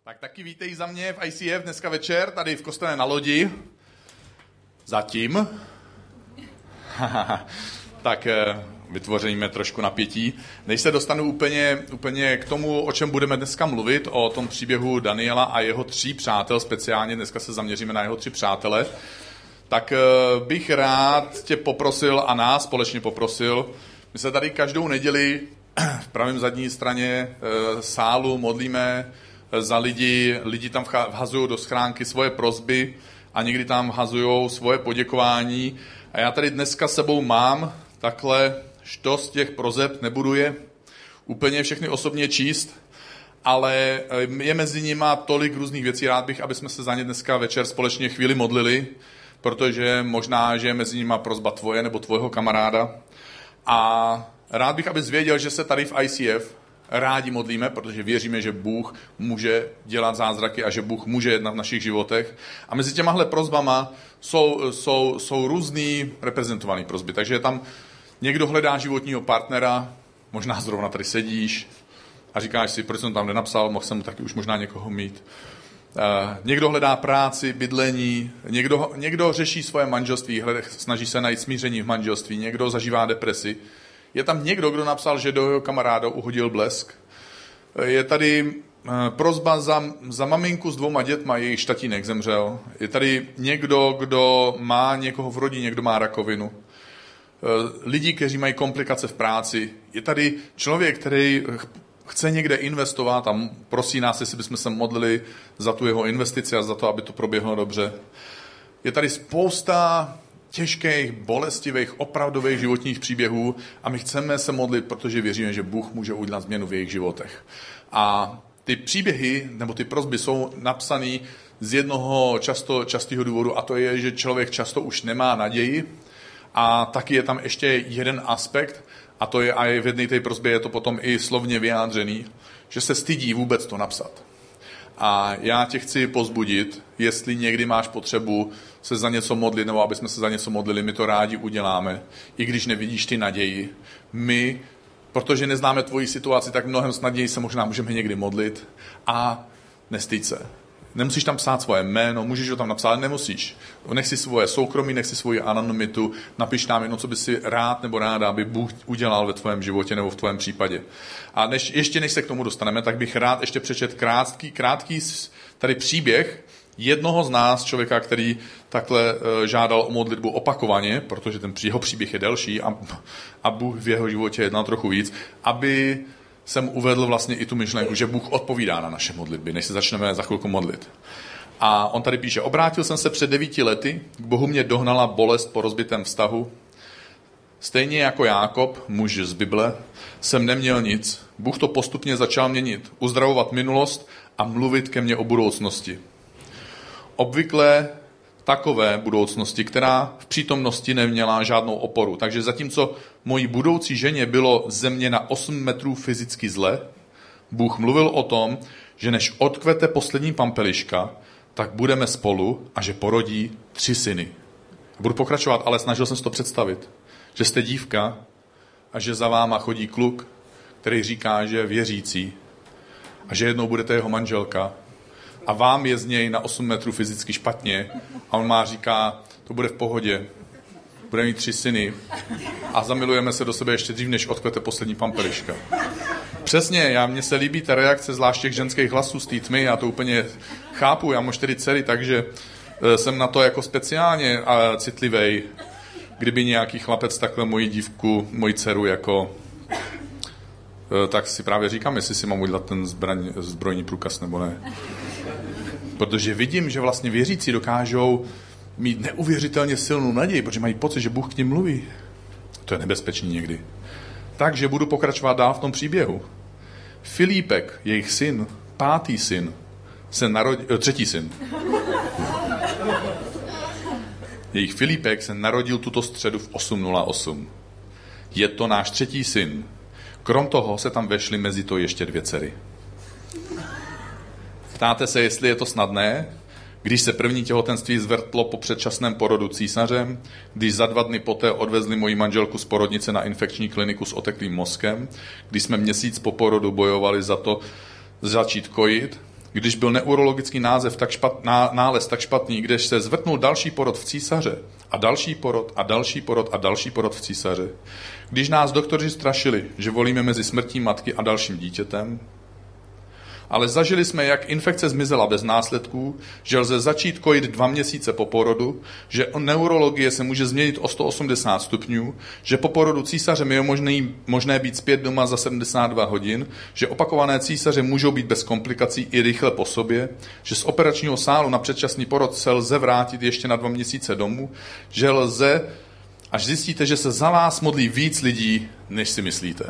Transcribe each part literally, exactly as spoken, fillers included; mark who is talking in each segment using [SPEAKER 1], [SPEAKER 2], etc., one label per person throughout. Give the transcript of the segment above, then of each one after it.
[SPEAKER 1] Tak taky vítej za mě v I C F dneska večer, tady v kostele na lodi. Zatím. Tak vytvoříme trošku napětí. Než se dostanu úplně, úplně k tomu, o čem budeme dneska mluvit, o tom příběhu Daniela a jeho tří přátel, speciálně dneska se zaměříme na jeho tři přátele, tak bych rád tě poprosil a nás společně poprosil. My se tady každou neděli v pravém zadní straně sálu modlíme za lidi, lidi tam vhazují do schránky svoje prosby a někdy tam vhazují svoje poděkování. A já tady dneska sebou mám takhle štos těch prozeb, nebudu je úplně všechny osobně číst, ale je mezi nima tolik různých věcí. Rád bych, aby jsme se za ně dneska večer společně chvíli modlili, protože možná, že je mezi nima prosba tvoje nebo tvojho kamaráda. A rád bych, abys věděl, že se tady v I C F rádi modlíme, protože věříme, že Bůh může dělat zázraky a že Bůh může jednat v našich životech. A mezi těmahle prosbama jsou, jsou, jsou různý reprezentované prosby. Takže tam někdo hledá životního partnera, možná zrovna tady sedíš a říkáš si, proč jsem tam nenapsal, mohl jsem taky už možná někoho mít. Uh, někdo hledá práci, bydlení, někdo, někdo řeší svoje manželství, hled, snaží se najít smíření v manželství, někdo zažívá depresi. Je tam někdo, kdo napsal, že do jeho kamaráda uhodil blesk. Je tady prosba za, za maminku s dvouma dětma, jejich tatínek zemřel. Je tady někdo, kdo má někoho v rodině, kdo má rakovinu. Lidi, kteří mají komplikace v práci. Je tady člověk, který chce někde investovat a prosí nás, jestli bychom se modlili za tu jeho investici a za to, aby to proběhlo dobře. Je tady spousta těžkých, bolestivých, opravdových životních příběhů a my chceme se modlit, protože věříme, že Bůh může udělat změnu v jejich životech. A ty příběhy nebo ty prosby jsou napsané z jednoho často, častého důvodu a to je, že člověk často už nemá naději a taky je tam ještě jeden aspekt a to je, a v jedné té prosbě je to potom i slovně vyjádřený, že se stydí vůbec to napsat. A já tě chci pozbudit, jestli někdy máš potřebu se za něco modlit, nebo aby jsme se za něco modlili, my to rádi uděláme, i když nevidíš ty naději. My, protože neznáme tvoji situaci, tak mnohem snadněji se možná můžeme někdy modlit a nestyď se. Nemusíš tam psát svoje jméno, můžeš ho tam napsat, ale nemusíš. Nech si svoje soukromí, nech si svoji anonymitu, napiš tam jedno, co by si rád nebo ráda, aby Bůh udělal ve tvém životě nebo v tvém případě. A než, ještě než se k tomu dostaneme, tak bych rád ještě přečet krátký, krátký tady příběh jednoho z nás, člověka, který takhle uh, žádal o modlitbu opakovaně, protože ten jeho příběh je delší a, a Bůh v jeho životě jednal trochu víc, aby jsem uvedl vlastně i tu myšlenku, že Bůh odpovídá na naše modlitby, než se začneme za chvilku modlit. A on tady píše, obrátil jsem se před devíti lety, k Bohu mě dohnala bolest po rozbitém vztahu. Stejně jako Jákob, muž z Bible, jsem neměl nic. Bůh to postupně začal měnit, uzdravovat minulost a mluvit ke mně o budoucnosti. Obvykle takové budoucnosti, která v přítomnosti neměla žádnou oporu. Takže zatímco mojí budoucí ženě bylo ze mě na osm metrů fyzicky zle, Bůh mluvil o tom, že než odkvete poslední pampeliška, tak budeme spolu a že porodí tři syny. Budu pokračovat, ale snažil jsem si to představit, že jste dívka a že za váma chodí kluk, který říká, že je věřící a že jednou budete jeho manželka a vám je z něj na osm metrů fyzicky špatně a on má říká, to bude v pohodě, bude mít tři syny a zamilujeme se do sebe ještě dřív, než odkvete poslední pampeliška. Přesně, já, mně se líbí ta reakce, zvlášť těch ženských hlasů z té tmy, já to úplně chápu, já mám čtyři dcery, takže jsem na to jako speciálně citlivej, kdyby nějaký chlapec takhle moji dívku, moji dceru jako, tak si právě říkám, jestli si mám udělat ten zbraň, zbrojní průkaz nebo ne. Protože vidím, že vlastně věřící dokážou mít neuvěřitelně silnou naději, protože mají pocit, že Bůh k nim mluví. To je nebezpečný někdy. Takže budu pokračovat dál v tom příběhu. Filipek, jejich syn, pátý syn, se narodil, třetí syn. Jejich Filipek se narodil tuto středu v osm nula osm. Je to náš třetí syn. Krom toho se tam vešly mezi to ještě dvě dcery. Ptáte se, jestli je to snadné, když se první těhotenství zvrtlo po předčasném porodu císařem, když za dva dny poté odvezli moji manželku z porodnice na infekční kliniku s oteklým mozkem, když jsme měsíc po porodu bojovali za to začít kojit, když byl neurologický název tak špat, ná, nález tak špatný, když se zvrtnul další porod v císaře a další porod a další porod a další porod v císaře, když nás doktoři strašili, že volíme mezi smrtí matky a dalším dítětem, ale zažili jsme, jak infekce zmizela bez následků, že lze začít kojit dva měsíce po porodu, že neurologie se může změnit o sto osmdesát stupňů, že po porodu císařem je možný, možné být zpět doma za sedmdesát dva hodin, že opakované císaře můžou být bez komplikací i rychle po sobě, že z operačního sálu na předčasný porod se lze vrátit ještě na dva měsíce domů, že lze, až zjistíte, že se za vás modlí víc lidí, než si myslíte.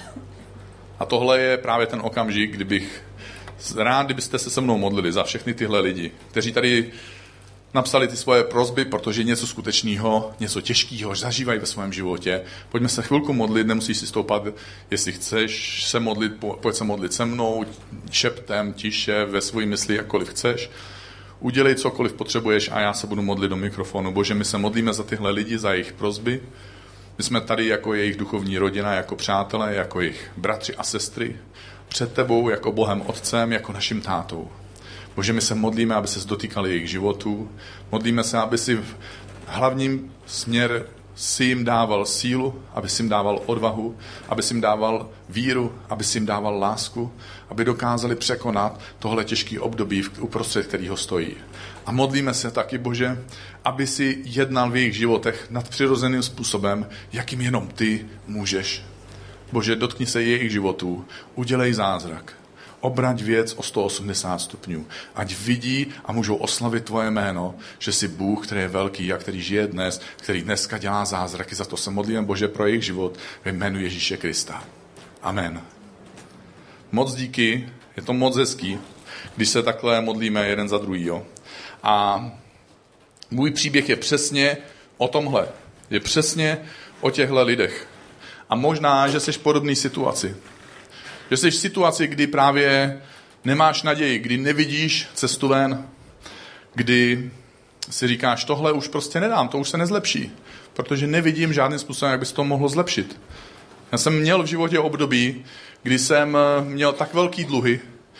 [SPEAKER 1] A tohle je právě ten okamžik, kdybych rád, kdybyste se se mnou modlili za všechny tyhle lidi, kteří tady napsali ty svoje prosby, protože něco skutečného, něco těžkého zažívají ve svém životě. Pojďme se chvilku modlit, nemusíš si stoupat, jestli chceš se modlit, pojď se modlit se mnou, šeptem, tiše, ve svojí mysli, jakkoliv chceš. Udělej cokoliv potřebuješ a já se budu modlit do mikrofonu. Bože, my se modlíme za tyhle lidi, za jejich prosby. My jsme tady jako jejich duchovní rodina, jako přátelé, jako jejich bratři a sestry. Před tebou, jako Bohem Otcem, jako naším tátou. Bože, my se modlíme, aby se dotýkali jejich životů. Modlíme se, aby si v hlavním směr si jim dával sílu, aby si jim dával odvahu, aby si jim dával víru, aby si jim dával lásku, aby dokázali překonat tohle těžké období, uprostřed kterého stojí. A modlíme se taky, Bože, aby si jednal v jejich životech nadpřirozeným způsobem, jakým jenom ty můžeš. Bože, dotkni se jejich životů, udělej zázrak. Obrať věc o sto osmdesát stupňů. Ať vidí a můžou oslavit tvoje jméno, že jsi Bůh, který je velký a který žije dnes, který dneska dělá zázraky. Za to se modlíme, Bože, pro jejich život ve jménu Ježíše Krista. Amen. Moc díky, je to moc hezký, když se takhle modlíme jeden za druhýho. A můj příběh je přesně o tomhle. Je přesně o těchto lidech. A možná, že jsi v podobné situaci. Že jsi v situaci, kdy právě nemáš naději, kdy nevidíš cestu ven, kdy si říkáš, tohle už prostě nedám, to už se nezlepší, protože nevidím žádným způsobem, jak by se to mohlo zlepšit. Já jsem měl v životě období, kdy jsem měl tak velký dluhy,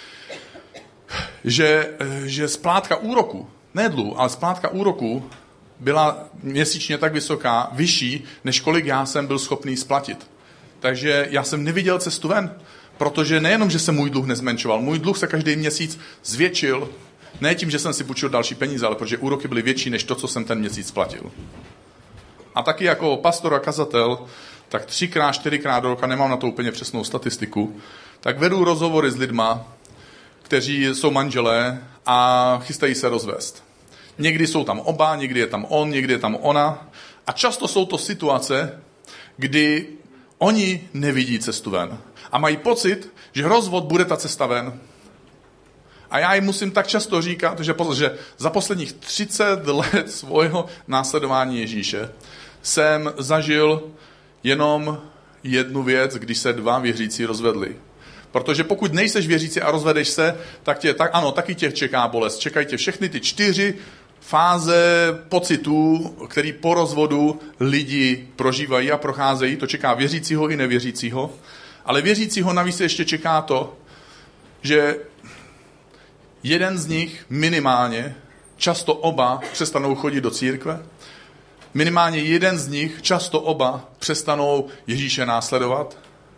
[SPEAKER 1] že, že splátka úroku, ne dluhu, ale splátka úroku byla měsíčně tak vysoká, vyšší, než kolik já jsem byl schopný splatit. Takže já jsem neviděl cestu ven, protože nejenom, že se můj dluh nezmenšoval, můj dluh se každý měsíc zvětšil, ne tím, že jsem si půjčil další peníze, ale protože úroky byly větší, než to, co jsem ten měsíc splatil. A taky jako pastor a kazatel, tak třikrát, čtyřikrát do roka, nemám na to úplně přesnou statistiku, tak vedu rozhovory s lidma, kteří jsou manželé a chystají se rozvést. Někdy jsou tam oba, někdy je tam on, někdy je tam ona. A často jsou to situace, kdy oni nevidí cestu ven. A mají pocit, že rozvod bude ta cesta ven. A já jim musím tak často říkat, že, že za posledních třicet let svého následování Ježíše jsem zažil jenom jednu věc, když se dva věřící rozvedli. Protože pokud nejseš věřící a rozvedeš se, tak tě, tak, ano, taky tě čeká bolest. Čekají tě všechny ty čtyři fáze pocitů, který po rozvodu lidi prožívají a procházejí. To čeká věřícího i nevěřícího. Ale věřícího navíc ještě čeká to, že jeden z nich minimálně, často oba, přestanou chodit do církve. Minimálně jeden z nich, často oba, přestanou Ježíše následovat.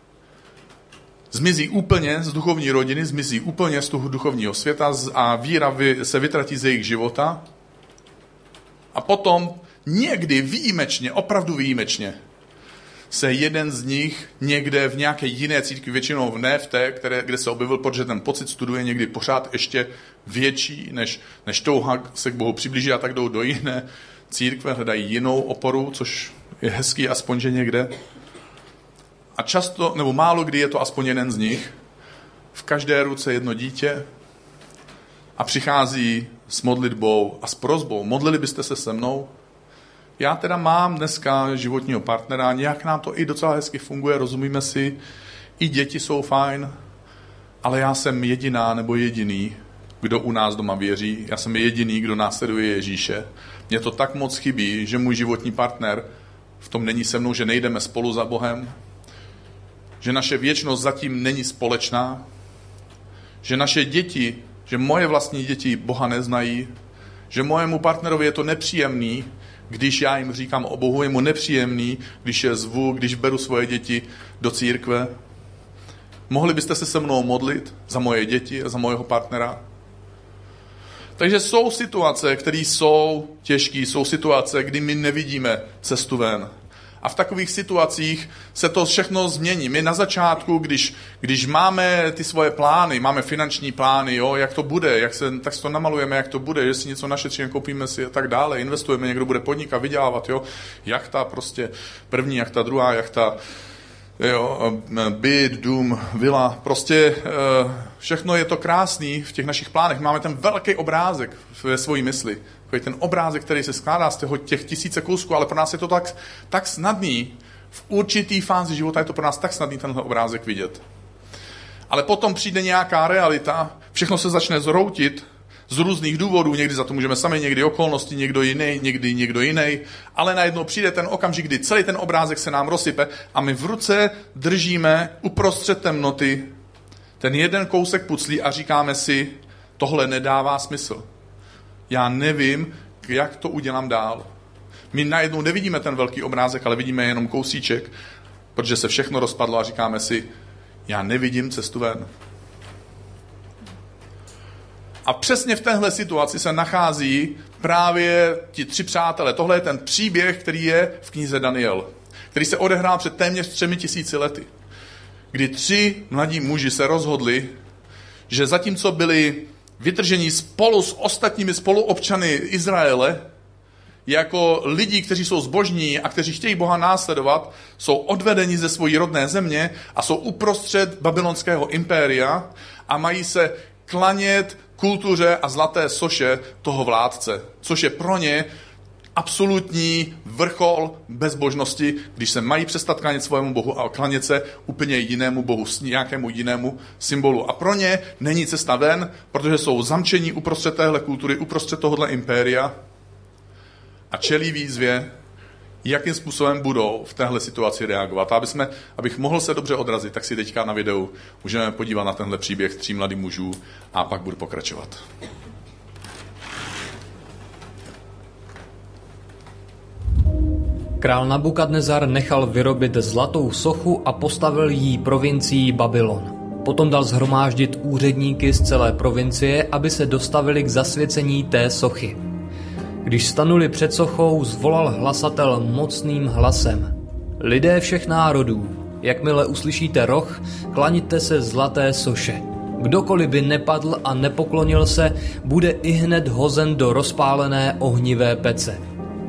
[SPEAKER 1] Zmizí úplně z duchovní rodiny, zmizí úplně z toho duchovního světa a víra se vytratí z jejich života. A potom někdy výjimečně, opravdu výjimečně, se jeden z nich někde v nějaké jiné církvi, většinou ne v té, které, kde se objevil, protože ten pocit studuje někdy pořád ještě větší, než, než touha se k Bohu přiblížit, a tak jdou do jiné církve, hledají jinou oporu, což je hezký aspoň, že někde. A často, nebo málo kdy je to aspoň jeden z nich, v každé ruce jedno dítě a přichází s modlitbou a s prosbou. Modlili byste se se mnou? Já teda mám dneska životního partnera, nějak nám to i docela hezky funguje, rozumíme si, i děti jsou fajn, ale já jsem jediná nebo jediný, kdo u nás doma věří, já jsem jediný, kdo následuje Ježíše. Mně to tak moc chybí, že můj životní partner v tom není se mnou, že nejdeme spolu za Bohem, že naše věčnost zatím není společná, že naše děti že moje vlastní děti Boha neznají, že mojemu partnerovi je to nepříjemný, když já jim říkám o Bohu, je mu nepříjemný, když je zvu, když beru svoje děti do církve. Mohli byste se se mnou modlit za moje děti a za mojeho partnera? Takže jsou situace, které jsou těžké, jsou situace, kdy my nevidíme cestu ven. A v takových situacích se to všechno změní. My na začátku, když, když máme ty svoje plány, máme finanční plány, jo, jak to bude, jak se, tak si to namalujeme, jak to bude, že si něco našetříme, koupíme si a tak dále, investujeme, někdo bude podnikat, vydělávat, jo, jachta prostě první, jachta druhá, jachta, jo, byt, dům, vila, prostě všechno je to krásný v těch našich plánech. Máme ten velký obrázek ve svojí mysli. Ten obrázek, který se skládá z těch, těch tisíce kousků, ale pro nás je to tak, tak snadný. V určitý fázi života je to pro nás tak snadný tenhle obrázek vidět. Ale potom přijde nějaká realita, všechno se začne zhroutit z různých důvodů, někdy za to můžeme sami, někdy okolnosti, někdo jiný, někdy někdo jiný, ale najednou přijde ten okamžik, kdy celý ten obrázek se nám rozsype a my v ruce držíme uprostřed temnoty ten jeden kousek puclí a říkáme si, tohle nedává smysl. Já nevím, jak to udělám dál. My najednou nevidíme ten velký obrázek, ale vidíme jenom kousíček, protože se všechno rozpadlo a říkáme si, já nevidím cestu ven. A přesně v téhle situaci se nachází právě ti tři přátelé. Tohle je ten příběh, který je v knize Daniel, který se odehrál před téměř třemi tisíci lety, kdy tři mladí muži se rozhodli, že zatímco byli vytržení spolu s ostatními spoluobčany Izraele, jako lidi, kteří jsou zbožní a kteří chtějí Boha následovat, jsou odvedeni ze své rodné země a jsou uprostřed babylonského impéria a mají se klanět kultuře a zlaté soše toho vládce, což je pro ně absolutní vrchol bezbožnosti, když se mají přestat klanět svému bohu a klanět se úplně jinému bohu, nějakému jinému symbolu. A pro ně není cesta ven, protože jsou zamčení uprostřed téhle kultury, uprostřed tohohle impéria a čelí výzvě, jakým způsobem budou v téhle situaci reagovat. A aby jsme, abych mohl se dobře odrazit, tak si teďka na videu můžeme podívat na tenhle příběh tří mladých mužů a pak budu pokračovat.
[SPEAKER 2] Král Nabukadnezar nechal vyrobit zlatou sochu a postavil jí provincii Babylon. Potom dal shromáždit úředníky z celé provincie, aby se dostavili k zasvěcení té sochy. Když stanuli před sochou, zvolal hlasatel mocným hlasem. Lidé všech národů, jakmile uslyšíte roh, klaňte se zlaté soše. Kdokoliv by nepadl a nepoklonil se, bude ihned hozen do rozpálené ohnivé pece.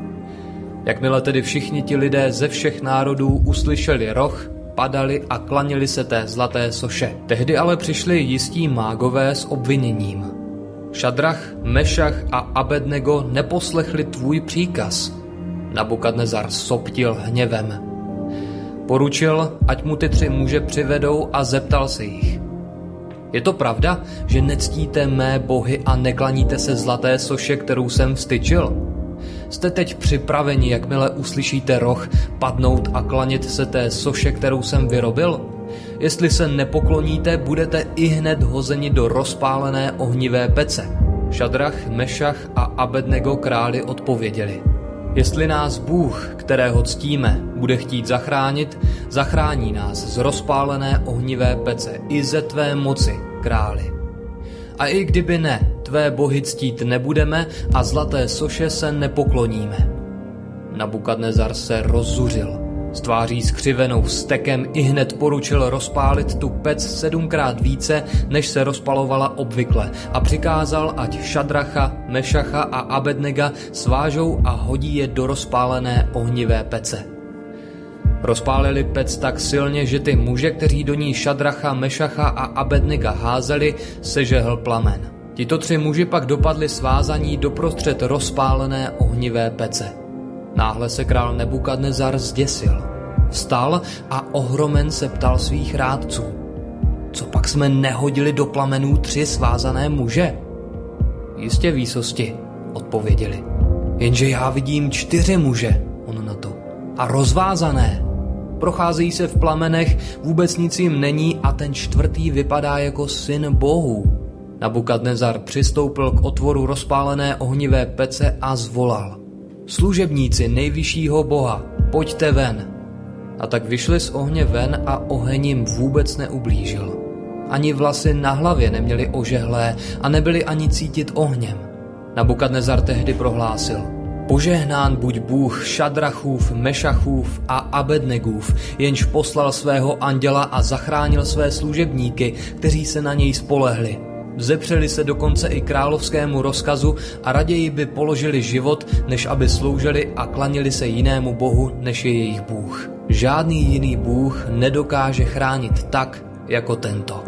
[SPEAKER 2] Jakmile tedy všichni ti lidé ze všech národů uslyšeli roh, padali a klanili se té zlaté soše. Tehdy ale přišli jistí mágové s obviněním. Šadrach, Mešach a Abednego neposlechli tvůj příkaz. Nabukadnezar soptil hněvem. Poručil, ať mu ty tři muže přivedou a zeptal se jich. Je to pravda, že nectíte mé bohy a neklaníte se zlaté soše, kterou jsem vztyčil? Jste teď připraveni, jakmile uslyšíte roh, padnout a klanět se té soše, kterou jsem vyrobil? Jestli se nepokloníte, budete ihned hozeni do rozpálené ohnivé pece. Šadrach, Mešach a Abednego králi odpověděli. Jestli nás Bůh, kterého ctíme, bude chtít zachránit, zachrání nás z rozpálené ohnivé pece i ze tvé moci, králi. A i kdyby ne, tvé bohy ctít nebudeme a zlaté soše se nepokloníme. Nabukadnezar se rozzuřil. S tváří skřivenou vztekem ihned poručil rozpálit tu pec sedmkrát více, než se rozpalovala obvykle, a přikázal, ať Šadracha, Mešacha a Abednega svážou a hodí je do rozpálené ohnivé pece. Rozpálili pec tak silně, že ty muže, kteří do ní Šadracha, Mešacha a Abednega házeli, sežehl plamen. Tito tři muži pak dopadli svázaní doprostřed rozpálené ohnivé pece. Náhle se král Nebukadnezar zděsil. Vstal a ohromen se ptal svých rádců. Co pak jsme nehodili do plamenů tři svázané muže? Jistě, výsosti, odpověděli. Jenže já vidím čtyři muže, on na to, a rozvázané. Procházejí se v plamenech, vůbec nic jim není a ten čtvrtý vypadá jako syn bohů. Nabukadnezar přistoupil k otvoru rozpálené ohnivé pece a zvolal: Služebníci nejvyššího boha, pojďte ven. A tak vyšli z ohně ven a oheň jim vůbec neublížil. Ani vlasy na hlavě neměli ožehlé a nebyli ani cítit ohněm. Nabukadnezar tehdy prohlásil: Požehnán buď Bůh Šadrachův, Mešachův a Abednegův, jenž poslal svého anděla a zachránil své služebníky, kteří se na něj spolehli. Vzepřeli se dokonce i královskému rozkazu a raději by položili život, než aby sloužili a klanili se jinému bohu, než je jejich Bůh. Žádný jiný Bůh nedokáže chránit tak, jako tento.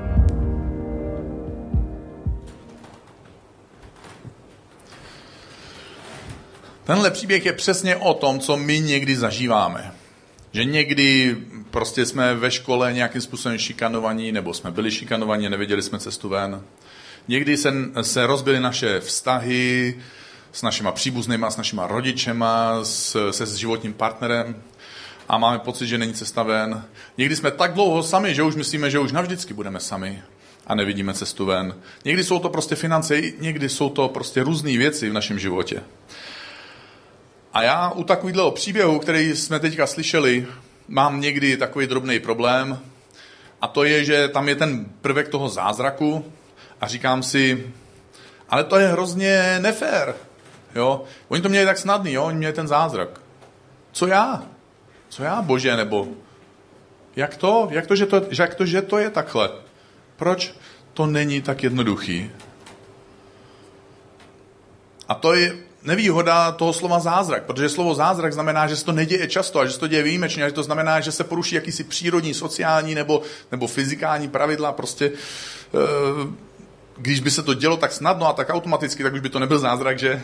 [SPEAKER 1] Tenhle příběh je přesně o tom, co my někdy zažíváme. Že někdy prostě jsme ve škole nějakým způsobem šikanovaní, nebo jsme byli šikanovaní, nevěděli jsme cestu ven. Někdy se, se rozbily naše vztahy s našima příbuznýma, s našima rodičema, s, se s životním partnerem a máme pocit, že není cesta ven. Někdy jsme tak dlouho sami, že už myslíme, že už navždycky budeme sami a nevidíme cestu ven. Někdy jsou to prostě finance, někdy jsou to prostě různé věci v našem životě. A já u takového příběhu, který jsme teďka slyšeli, mám někdy takový drobný problém a to je, že tam je ten prvek toho zázraku a říkám si, ale to je hrozně nefér. Jo? Oni to měli tak snadný, jo? Oni měli ten zázrak. Co já? Co já, Bože, nebo jak to? Jak to, že to, jak to, že to je takhle? Proč to není tak jednoduchý? A to je nevýhoda toho slova zázrak, protože slovo zázrak znamená, že se to neděje často a že se to děje výjimečně a že to znamená, že se poruší jakýsi přírodní, sociální nebo, nebo fyzikální pravidla. Prostě, když by se to dělo tak snadno a tak automaticky, tak už by to nebyl zázrak, že?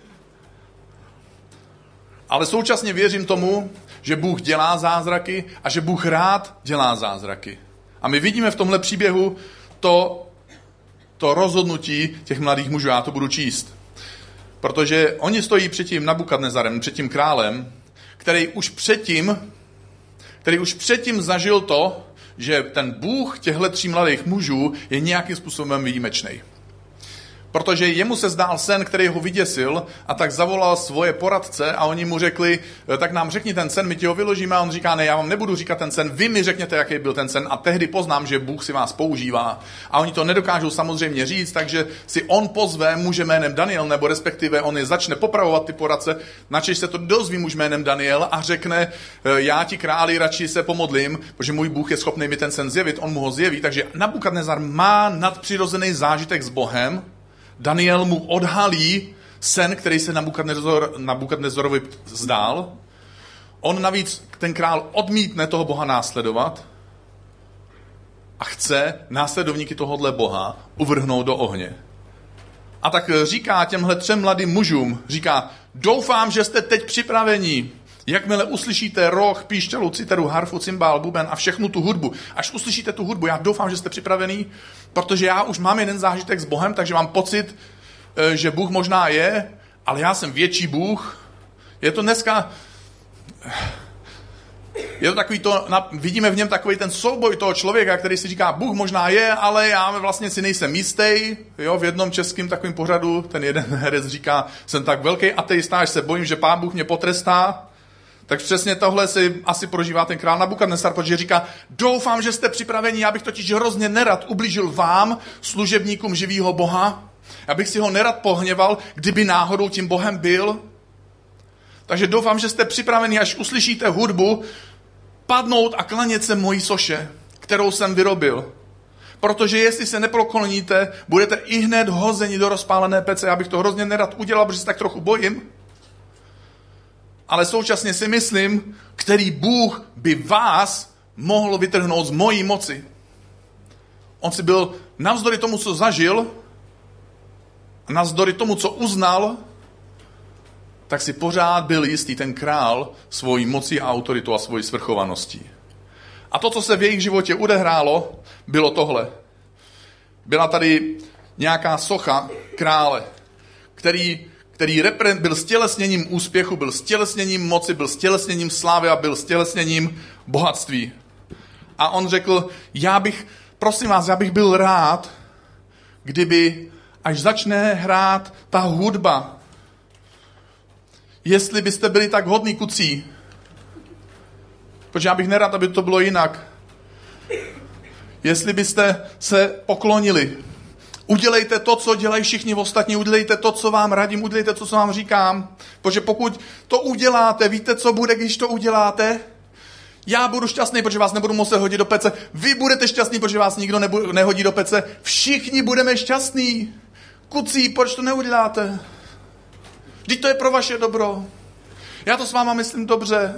[SPEAKER 1] Ale současně věřím tomu, že Bůh dělá zázraky a že Bůh rád dělá zázraky. A my vidíme v tomhle příběhu to, to rozhodnutí těch mladých mužů. Já to budu číst. Protože oni stojí před tím Nabukadnezarem, před tím králem, který už předtím, který už předtím zažil to, že ten Bůh těchto tří mladých mužů je nějakým způsobem výjimečný. Protože jemu se zdál sen, který ho vyděsil, a tak zavolal svoje poradce a oni mu řekli, tak nám řekni ten sen, my ti ho vyložíme. A on říká, ne, já vám nebudu říkat ten sen, vy mi řekněte, jaký byl ten sen a tehdy poznám, že Bůh si vás používá. A oni to nedokážou samozřejmě říct, takže si on pozve muže jménem Daniel, nebo respektive on je začne popravovat ty poradce, načež se to dozví muž jménem Daniel a řekne, já ti králi radši se pomodlím, protože můj Bůh je schopný mi ten sen zjevit, on mu ho zjeví. Takže Nabukadnezar má nadpřirozený zážitek s Bohem. Daniel mu odhalí sen, který se Nabukadnezor, Nabukadnezorovi zdál. On navíc, ten král, odmítne toho Boha následovat a chce následovníky tohohle Boha uvrhnout do ohně. A tak říká těmhle třem mladým mužům, říká, doufám, že jste teď připraveni. Jakmile uslyšíte roh, píšťalu, citeru, harfu, cymbál, buben a všechnu tu hudbu, až uslyšíte tu hudbu, já doufám, že jste připravený, protože já už mám jeden zážitek s Bohem, takže mám pocit, že Bůh možná je, ale já jsem větší Bůh. Je to dneska, je to takový to, vidíme v něm takový ten souboj toho člověka, který si říká, Bůh možná je, ale já vlastně si nejsem jistý. Jo, v jednom českém takovém pořadu ten jeden herec říká, jsem tak velký ateista, až se bojím, že Pán Bůh mě potrestá. Tak přesně tohle si asi prožívá ten král Nabukadnesar, protože říká, doufám, že jste připraveni, já bych totiž hrozně nerad ublížil vám, služebníkům živýho Boha, já bych si ho nerad pohněval, kdyby náhodou tím Bohem byl. Takže doufám, že jste připraveni, až uslyšíte hudbu, padnout a klanět se mojí soše, kterou jsem vyrobil. Protože jestli se neprokloníte, budete i hned hozeni do rozpálené pece. Já bych to hrozně nerad udělal, protože se tak trochu bojím. Ale současně si myslím, který Bůh by vás mohl vytrhnout z mojí moci. On si byl navzdory tomu, co zažil, a navzdory tomu, co uznal, tak si pořád byl jistý ten král svojí mocí a autoritou a svojí svrchovaností. A to, co se v jejich životě odehrálo, bylo tohle. Byla tady nějaká socha krále, který který byl stělesněním úspěchu, byl stělesněním moci, byl stělesněním slávy a byl stělesněním bohatství. A on řekl, já bych, prosím vás, já bych byl rád, kdyby, až začne hrát ta hudba, jestli byste byli tak hodní kucí, protože já bych nerad, aby to bylo jinak, jestli byste se poklonili, udělejte to, co dělají všichni ostatní, udělejte to, co vám radím, udělejte to, co vám říkám, protože pokud to uděláte, víte, co bude, když to uděláte? Já budu šťastný, protože vás nebudu muset hodit do pece. Vy budete šťastný, protože vás nikdo nebu- nehodí do pece. Všichni budeme šťastní. Kucí, proč to neuděláte? Vždyť to je pro vaše dobro. Já to s váma myslím dobře.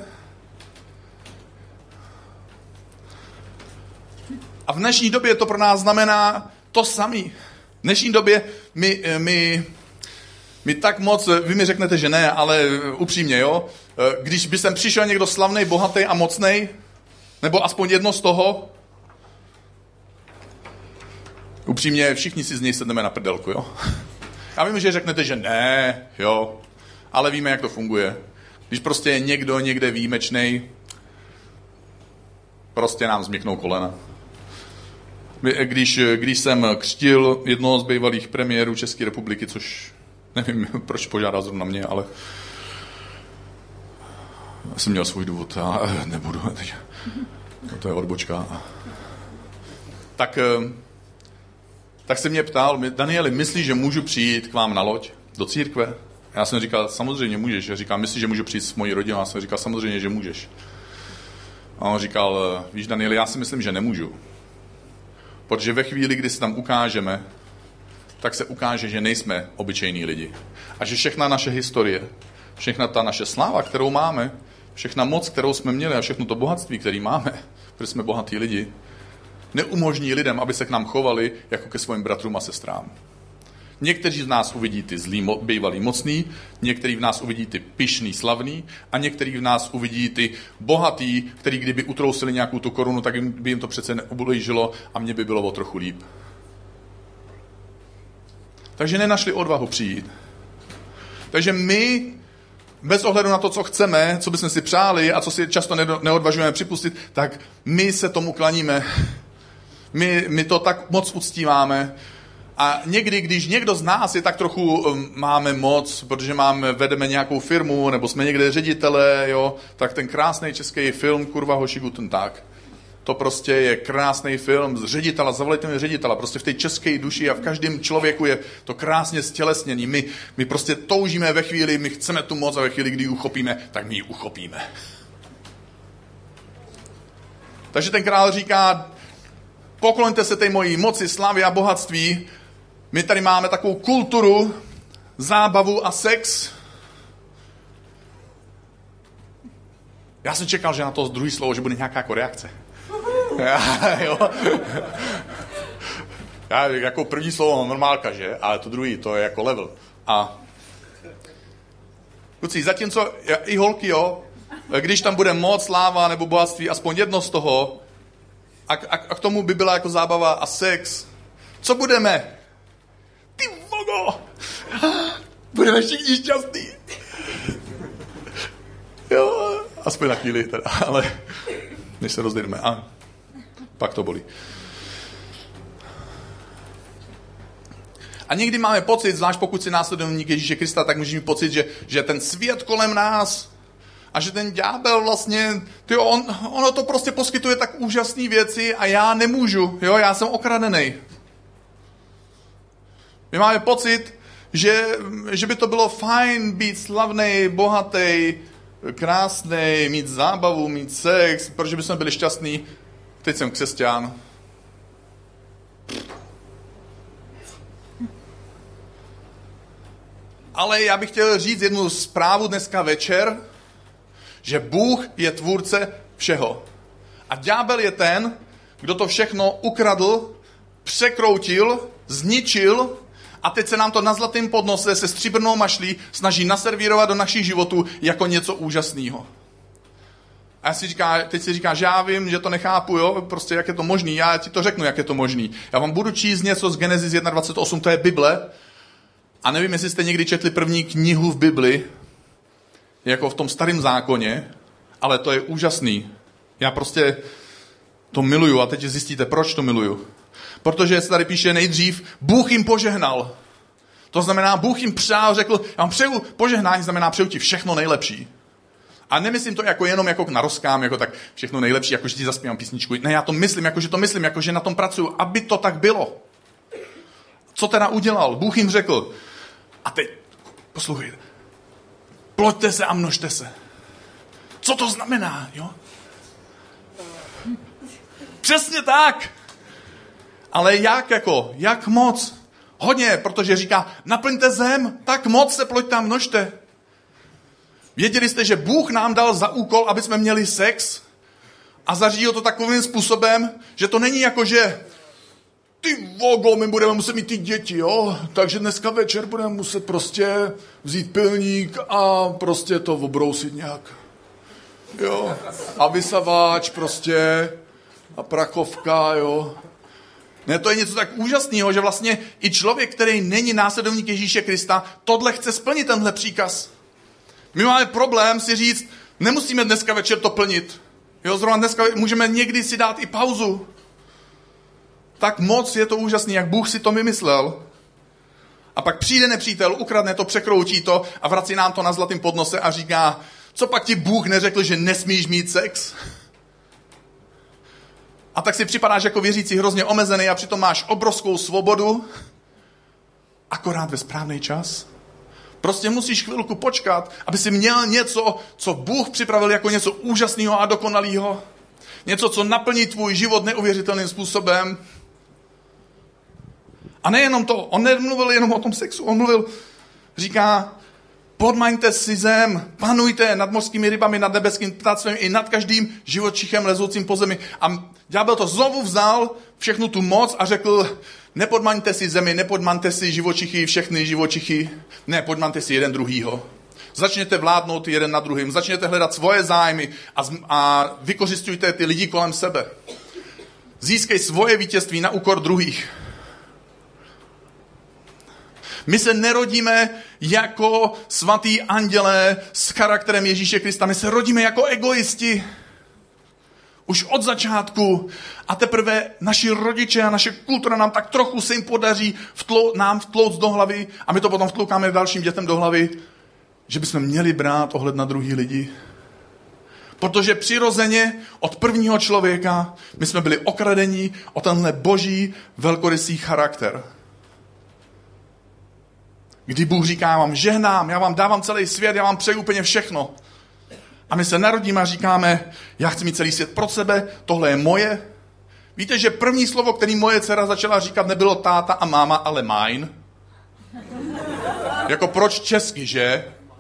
[SPEAKER 1] A v dnešní době to pro nás znamená to samé. V dnešní době my, my, my tak moc, vy mi řeknete, že ne, ale upřímně, jo. Když by sem přišel někdo slavnej, bohatý a mocnej, nebo aspoň jedno z toho, upřímně všichni si z něj sedneme na prdelku, jo. Já vím, že řeknete, že ne, jo, ale víme, jak to funguje. Když prostě je někdo někde výjimečnej, prostě nám změknou kolena. Když, když jsem křtil jednoho z bývalých premiérů České republiky, což nevím, proč požádal zrovna mě, ale já jsem měl svůj důvod a nebudu. Teď. No, to je odbočka. Tak, tak se mě ptal, Danieli, myslíš, že můžu přijít k vám na loď do církve? Já jsem říkal, samozřejmě můžeš. Já říkal, myslíš, že můžu přijít s mojí rodinou? Já jsem říkal, samozřejmě, že můžeš. A on říkal, víš, Danieli, já si myslím, že nemůžu. Protože ve chvíli, kdy se tam ukážeme, tak se ukáže, že nejsme obyčejní lidi. A že všechna naše historie, všechna ta naše sláva, kterou máme, všechna moc, kterou jsme měli a všechno to bohatství, které máme, protože jsme bohatí lidi, neumožní lidem, aby se k nám chovali jako ke svým bratrům a sestrám. Někteří z nás uvidí ty zlý, bývalý mocný, někteří v nás uvidí ty pyšný, slavný a někteří v nás uvidí ty bohatý, který kdyby utrousili nějakou tu korunu, tak by jim to přece neublížilo a mně by bylo o trochu líp. Takže nenašli odvahu přijít. Takže my, bez ohledu na to, co chceme, co bychom si přáli a co si často neodvažujeme připustit, tak my se tomu klaníme. My, my to tak moc uctíváme. A někdy, když někdo z nás je tak trochu, um, máme moc, protože máme, vedeme nějakou firmu, nebo jsme někde ředitelé, jo, tak ten krásný český film, kurva hoši guten Tag. To prostě je krásný film z ředitela, zavolejte mi ředitela, prostě v té české duši a v každém člověku je to krásně stělesněný. My, my prostě toužíme ve chvíli, my chceme tu moc a ve chvíli, kdy ji uchopíme, tak my ji uchopíme. Takže ten král říká, pokloňte se té mojí moci, slávy a bohatství. My tady máme takovou kulturu, zábavu a sex. Já jsem čekal, že na to druhý slovo, že bude nějaká jako reakce. Já, jo. Já jako první slovo normálka, že? Ale to druhý, to je jako level. A kluci, zatímco i holky, jo, když tam bude moc, sláva nebo bohatství, aspoň jedno z toho, a, a, a k tomu by byla jako zábava a sex, co budeme? Ty vogo! Budeme všichni šťastný. Jo, aspoň na chvíli teda, ale než se rozdělíme. A pak to bolí. A někdy máme pocit, zvlášť pokud si následovník Ježíše Krista, tak můžeme mít pocit, že, že ten svět kolem nás a že ten ďábel vlastně, tyjo, on, ono to prostě poskytuje tak úžasné věci a já nemůžu, jo, já jsem okradený. My máme pocit, že, že by to bylo fajn být slavnej, bohatý, krásný, mít zábavu, mít sex, protože bychom byli šťastní. Teď jsem křesťan. Ale já bych chtěl říct jednu zprávu dneska večer, že Bůh je tvůrce všeho. A ďábel je ten, kdo to všechno ukradl, překroutil, zničil a teď se nám to na zlatém podnose se stříbrnou mašlí snaží naservírovat do našich životů jako něco úžasného. A já si říká, teď si říká, že já vím, že to nechápu, jo, prostě jak je to možný, já ti to řeknu, jak je to možný. Já vám budu číst něco z Genesis jedna dvacet osm, to je Bible. A nevím, jestli jste někdy četli první knihu v Bibli, jako v tom starém zákoně, ale to je úžasný. Já prostě to miluju a teď zjistíte, proč to miluju. Protože se tady píše nejdřív, Bůh jim požehnal. To znamená, Bůh jim přál, řekl, já vám přeju, požehnání znamená přeju ti všechno nejlepší. A nemyslím to jako jenom jako na rozkám, jako tak všechno nejlepší, jako že ti zaspívám písničku. Ne, já to myslím, jako že to myslím, jako že na tom pracuju, aby to tak bylo. Co teda udělal? Bůh jim řekl, a teď, poslouchejte, ploďte se a množte se. Co to znamená, jo? Přesně tak. Ale jak jako, jak moc? Hodně, protože říká, naplňte zem, tak moc se ploďte a množte. Věděli jste, že Bůh nám dal za úkol, aby jsme měli sex a zařídil to takovým způsobem, že to není jako, že ty vogo, my budeme muset mít ty děti, jo? Takže dneska večer budeme muset prostě vzít pilník a prostě to obrousit nějak. Jo? A vysavač prostě a prachovka, jo? Ne, to je něco tak úžasného, že vlastně i člověk, který není následovník Ježíše Krista, tohle chce splnit, tenhle příkaz. My máme problém si říct, nemusíme dneska večer to plnit. Jo, zrovna dneska můžeme někdy si dát i pauzu. Tak moc je to úžasný, jak Bůh si to vymyslel. A pak přijde nepřítel, ukradne to, překroutí to a vrací nám to na zlatém podnose a říká, co pak ti Bůh neřekl, že nesmíš mít sex? A tak si připadáš jako věřící hrozně omezený a přitom máš obrovskou svobodu, akorát ve správný čas. Prostě musíš chvilku počkat, aby si měl něco, co Bůh připravil jako něco úžasného a dokonalého. Něco, co naplní tvůj život neuvěřitelným způsobem. A nejenom to, on nemluvil jenom o tom sexu, on mluvil, říká, podmaňte si zem, panujte nad mořskými rybami, nad nebeským ptáctvem i nad každým živočichem lezoucím po zemi. A ďábel to znovu vzal, všechnu tu moc a řekl, nepodmaňte si zemi, nepodmaňte si živočichy, všechny živočichy, ne, podmaňte si jeden druhýho. Začněte vládnout jeden na druhým, začněte hledat svoje zájmy a, a vykořistujte ty lidi kolem sebe. Získej svoje vítězství na úkor druhých. My se nerodíme jako svatý andělé s charakterem Ježíše Krista. My se rodíme jako egoisti. Už od začátku. A teprve naši rodiče a naše kultura nám tak trochu se jim podaří vtlou, nám vtlouct do hlavy a my to potom vtloukáme dalším dětem do hlavy, že bychom měli brát ohled na druhý lidi. Protože přirozeně od prvního člověka my jsme byli okradeni o tenhle boží velkorysý charakter. Kdy Bůh říká, já vám žehnám, já vám dávám celý svět, já vám přeju úplně všechno. A my se narodíme a říkáme, já chci mít celý svět pro sebe, tohle je moje. Víte, že první slovo, který moje dcera začala říkat, nebylo táta a máma, ale mine. Jako proč česky, že?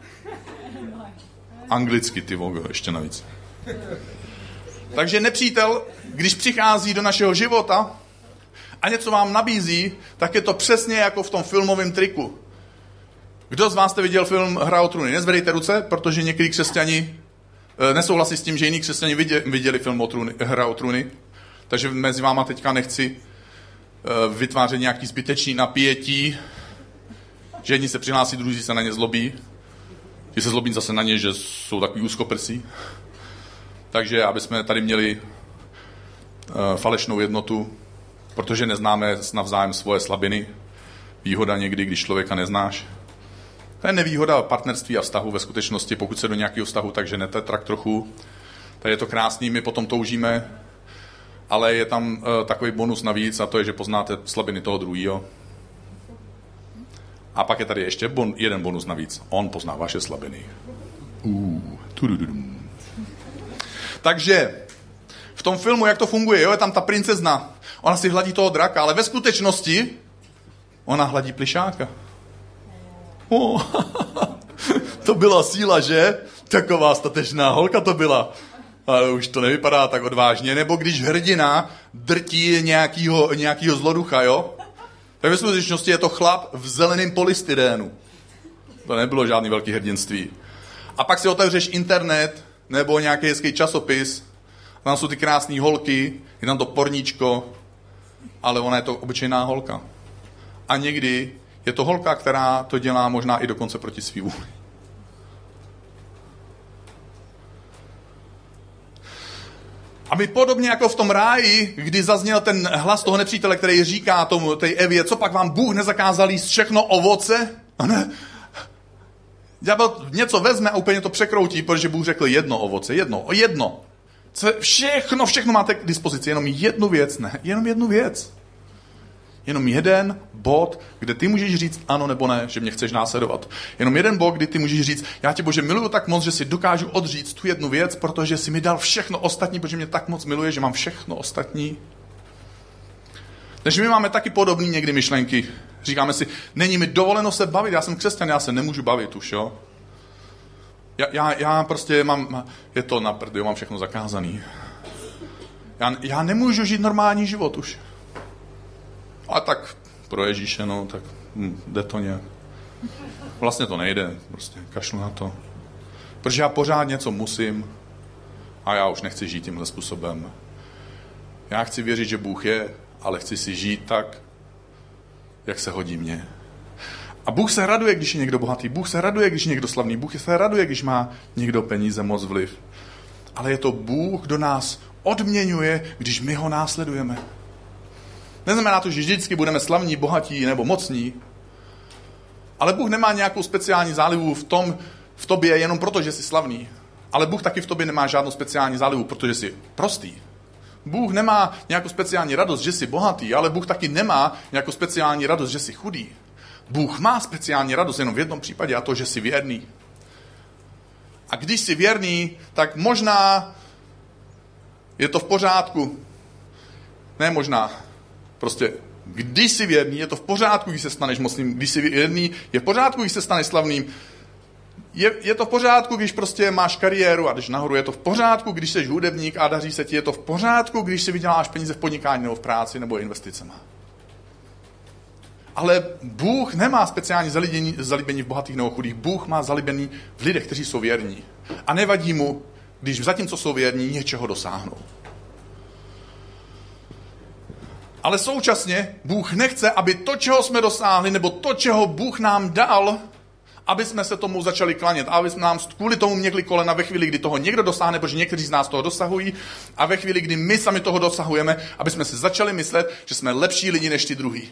[SPEAKER 1] Anglicky, ty vogo, ještě navíc. Takže nepřítel, když přichází do našeho života a něco vám nabízí, tak je to přesně jako v tom filmovém triku. Kdo z vás jste viděl film Hra o trůny? Nezvedejte ruce, protože některý křesťani nesouhlasí s tím, že jiní křesťani viděli film o trůny, Hra o trůny. Takže mezi váma teďka nechci vytvářet nějaký zbytečný napětí, že jedni se přihlásí, druzí se na ně zlobí. Ti se zlobí zase na ně, že jsou takový úzkoprsí. Takže aby jsme tady měli falešnou jednotu, protože neznáme navzájem svoje slabiny. Výhoda někdy, když člověka neznáš. To je nevýhoda partnerství a vztahu ve skutečnosti, pokud se do nějakého vztahu tak ženete tak trochu. Tak je to krásný, my potom toužíme, ale je tam uh, takový bonus navíc a to je, že poznáte slabiny toho druhého. A pak je tady ještě bon, jeden bonus navíc. On pozná vaše slabiny. Uh, Takže v tom filmu, jak to funguje, jo, je tam ta princezna. Ona si hladí toho draka, ale ve skutečnosti ona hladí plišáka. Oh, to byla síla, že? Taková statečná holka to byla. Ale už to nevypadá tak odvážně. Nebo když hrdina drtí nějakýho, nějakýho zloducha, jo? Tak ve skutečnosti je to chlap v zeleném polystyrénu. To nebylo žádný velký hrdinství. A pak si otevřeš internet nebo nějaký hezký časopis. Tam jsou ty krásné holky, je tam to porníčko, ale ona je to obyčejná holka. A někdy je to holka, která to dělá možná i dokonce proti svý vůli. A my podobně jako v tom ráji, kdy zazněl ten hlas toho nepřítele, který říká tomu, té Evě, co pak vám Bůh nezakázal jíst všechno ovoce? A ne. Ďábel něco vezme a úplně to překroutí, protože Bůh řekl jedno ovoce, jedno, o jedno. Všechno, všechno máte k dispozici, jenom jednu věc, ne, jenom jednu věc. Jenom jeden bod, kde ty můžeš říct ano nebo ne, že mě chceš následovat. Jenom jeden bod, kdy ty můžeš říct, já tě Bože miluju tak moc, že si dokážu odříct tu jednu věc, protože si mi dal všechno ostatní, protože mě tak moc miluje, že mám všechno ostatní. Takže my máme taky podobné někdy myšlenky. Říkáme si, není mi dovoleno se bavit, já jsem křesťan, já se nemůžu bavit už, jo. Já, já, já prostě mám, je to na prdy, mám všechno zakázaný. Já, já nemůžu žít normální život už. A tak pro Ježíše, no, tak hm, jde to nějak. Vlastně to nejde, prostě kašlu na to. Protože já pořád něco musím a já už nechci žít tímhle způsobem. Já chci věřit, že Bůh je, ale chci si žít tak, jak se hodí mně. A Bůh se raduje, když je někdo bohatý. Bůh se raduje, když je někdo slavný. Bůh se raduje, když má někdo peníze, moc, vliv. Ale je to Bůh, kdo nás odměňuje, když my ho následujeme. Neznamená to, že vždycky budeme slavní, bohatí nebo mocní. Ale Bůh nemá nějakou speciální zálivu v tom, v tobě jenom proto, že jsi slavný. Ale Bůh taky v tobě nemá žádnou speciální zálivu, protože jsi prostý. Bůh nemá nějakou speciální radost, že jsi bohatý, ale Bůh taky nemá nějakou speciální radost, že jsi chudý. Bůh má speciální radost jenom v jednom případě, a to, že jsi věrný. A když jsi věrný, tak možná je to v pořádku. Ne možná. Prostě, když jsi věrný, je to v pořádku, když se staneš mocným. Když jsi věrný, je v pořádku, když se staneš slavným. Je, je to v pořádku, když prostě máš kariéru a jdeš nahoru. Je to v pořádku, když jsi hudebník a daří se ti. Je to v pořádku, když si vyděláš peníze v podnikání nebo v práci nebo investicema. Ale Bůh nemá speciální zalíbení, zalíbení v bohatých nebo chudých. Bůh má zalíbení v lidech, kteří jsou věrní. A nevadí mu, když zatímco jsou věrní, něčeho dosáhnou. Ale současně Bůh nechce, aby to, čeho jsme dosáhli, nebo to, čeho Bůh nám dal, aby jsme se tomu začali klanět. Aby jsme nám kvůli tomu měkli kolena ve chvíli, kdy toho někdo dosáhne, protože někteří z nás toho dosahují, a ve chvíli, kdy my sami toho dosahujeme, aby jsme si začali myslet, že jsme lepší lidi než ty druhý.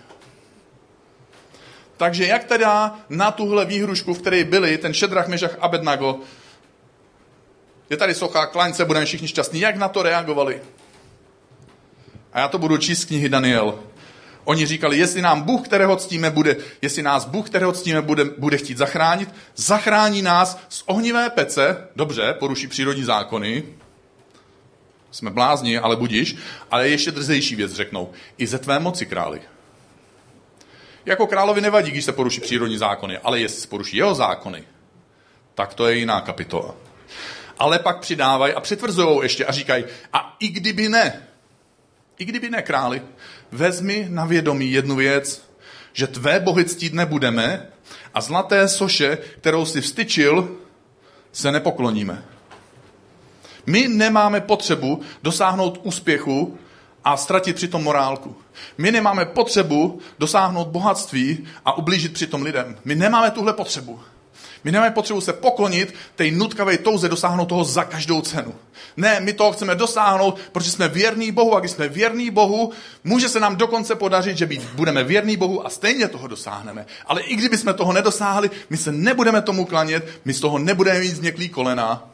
[SPEAKER 1] Takže jak teda na tuhle výhrušku, v které byli ten Šedrach, Mešach, Abednego, je tady socha, klaň se, budeme všichni šťastní, jak na to reagovali? A já to budu číst z knihy Daniel. Oni říkali, jestli nám Bůh, kterého ctíme, bude, jestli nás Bůh, kterého ctíme, bude, bude chtít zachránit, zachrání nás z ohnivé pece, dobře, poruší přírodní zákony, jsme blázni, ale budiš, ale ještě drzejší věc řeknou, i ze tvé moci, králi. Jako královi nevadí, když se poruší přírodní zákony, ale jestli se poruší jeho zákony, tak to je jiná kapitola. Ale pak přidávají a přitvrzujou ještě a říkají, a i kdyby ne, i kdyby ne, králi, vezmi na vědomí jednu věc, že tvé bohy ctít nebudeme a zlaté soše, kterou si vstyčil, se nepokloníme. My nemáme potřebu dosáhnout úspěchu a ztratit přitom morálku. My nemáme potřebu dosáhnout bohatství a ublížit přitom lidem. My nemáme tuhle potřebu. My nemáme potřebu se poklonit té nutkavé touze dosáhnout toho za každou cenu. Ne, my toho chceme dosáhnout, protože jsme věrní Bohu a když jsme věrní Bohu, může se nám dokonce podařit, že být, budeme věrní Bohu a stejně toho dosáhneme. Ale i kdyby jsme toho nedosáhli, my se nebudeme tomu klanět, my z toho nebudeme mít změklý kolena.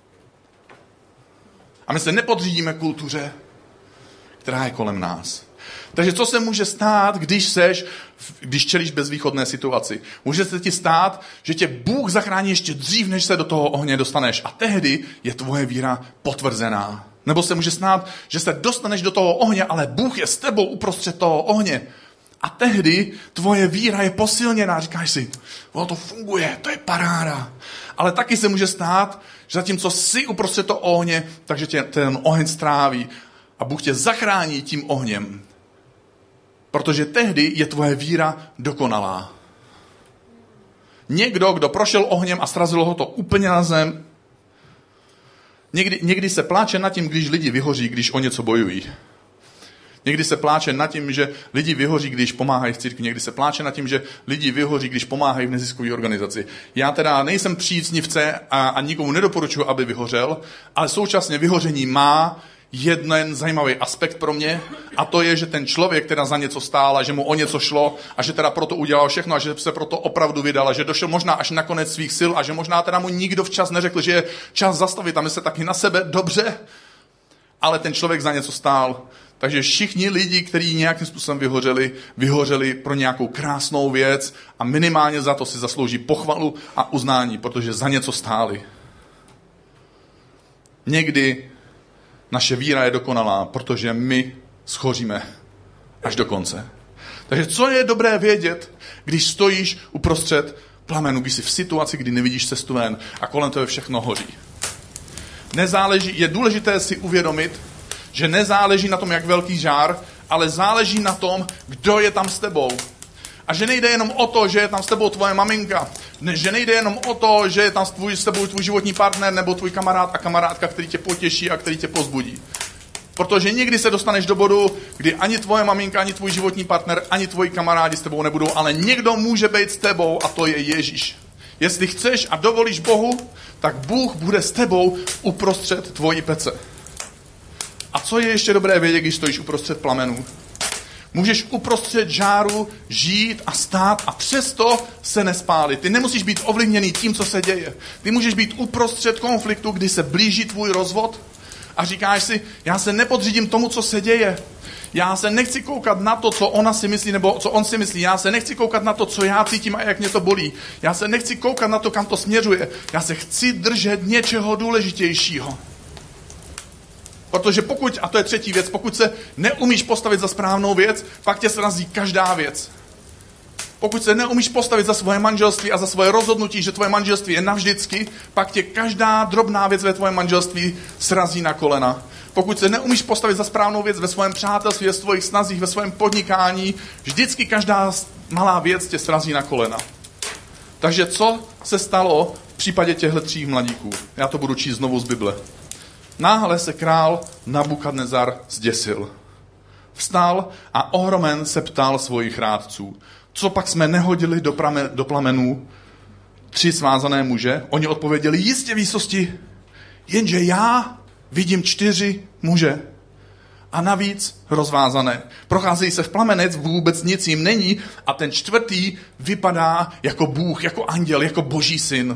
[SPEAKER 1] A my se nepodřídíme kultuře, která je kolem nás. Takže co se může stát, když seš, když čelíš bezvýchodné situaci? Může se ti stát, že tě Bůh zachrání ještě dřív, než se do toho ohně dostaneš. A tehdy je tvoje víra potvrzená. Nebo se může stát, že se dostaneš do toho ohně, ale Bůh je s tebou uprostřed toho ohně. A tehdy tvoje víra je posilněná. Říkáš si, o, to funguje, to je paráda. Ale taky se může stát, že zatímco jsi uprostřed toho ohně, takže tě ten oheň stráví. A Bůh tě zachrání tím ohněm. Protože tehdy je tvoje víra dokonalá. Někdo, kdo prošel ohněm a srazilo ho to úplně na zem, někdy, někdy se pláče nad tím, když lidi vyhoří, když o něco bojují. Někdy se pláče nad tím, že lidi vyhoří, když pomáhají v církvi. Někdy se pláče nad tím, že lidi vyhoří, když pomáhají v neziskové organizaci. Já teda nejsem příznivce a, a nikomu nedoporučuji, aby vyhořel, ale současně vyhoření má jeden zajímavý aspekt pro mě a to je, že ten člověk teda za něco stál a že mu o něco šlo a že teda proto udělal všechno a že se proto opravdu vydal a že došel možná až na konec svých sil a že možná teda mu nikdo včas neřekl, že je čas zastavit a myslet taky na sebe dobře, ale ten člověk za něco stál. Takže všichni lidi, kteří nějakým způsobem vyhořeli, vyhořeli pro nějakou krásnou věc a minimálně za to si zaslouží pochvalu a uznání, protože za něco stáli. Někdy naše víra je dokonalá, protože my schoříme až do konce. Takže co je dobré vědět, když stojíš uprostřed plamenu, když jsi v situaci, kdy nevidíš cestu ven a kolem tebe všechno hoří. Nezáleží, je důležité si uvědomit, že nezáleží na tom, jak velký žár, ale záleží na tom, kdo je tam s tebou. A že nejde jenom o to, že je tam s tebou tvoje maminka, ne, že nejde jenom o to, že je tam s, tvůj, s tebou tvůj životní partner nebo tvůj kamarád a kamarádka, který tě potěší a který tě pozbudí. Protože někdy se dostaneš do bodu, kdy ani tvoje maminka, ani tvůj životní partner, ani tvoji kamarádi s tebou nebudou, ale někdo může být s tebou a to je Ježíš. Jestli chceš a dovolíš Bohu, tak Bůh bude s tebou uprostřed tvojí pece. A co je ještě dobré vědět, když stojíš uprostřed plamenů? Můžeš uprostřed žáru žít a stát a přesto se nespálit. Ty nemusíš být ovlivněný tím, co se děje. Ty můžeš být uprostřed konfliktu, kdy se blíží tvůj rozvod a říkáš si, já se nepodřídím tomu, co se děje. Já se nechci koukat na to, co ona si myslí, nebo co on si myslí. Já se nechci koukat na to, co já cítím a jak mě to bolí. Já se nechci koukat na to, kam to směřuje. Já se chci držet něčeho důležitějšího. Protože pokud, a to je třetí věc, pokud se neumíš postavit za správnou věc, pak tě srazí každá věc. Pokud se neumíš postavit za svoje manželství a za svoje rozhodnutí, že tvoje manželství je navždycky, pak tě každá drobná věc ve tvojem manželství srazí na kolena. Pokud se neumíš postavit za správnou věc ve svém přátelství, ve svých snazích, ve svém podnikání, vždycky každá malá věc tě srazí na kolena. Takže co se stalo v případě těchto tří mladíků? Já to budu číst znovu z Bible. Náhle se král Nabukadnezar zděsil. Vstal a ohromen se ptal svojich rádců. Co pak jsme nehodili do, prame, do plamenů tři svázané muže? Oni odpověděli, jistě výsosti, jenže já vidím čtyři muže. A navíc rozvázané. Procházejí se v plamenec, vůbec nic jim není a ten čtvrtý vypadá jako Bůh, jako anděl, jako Boží syn.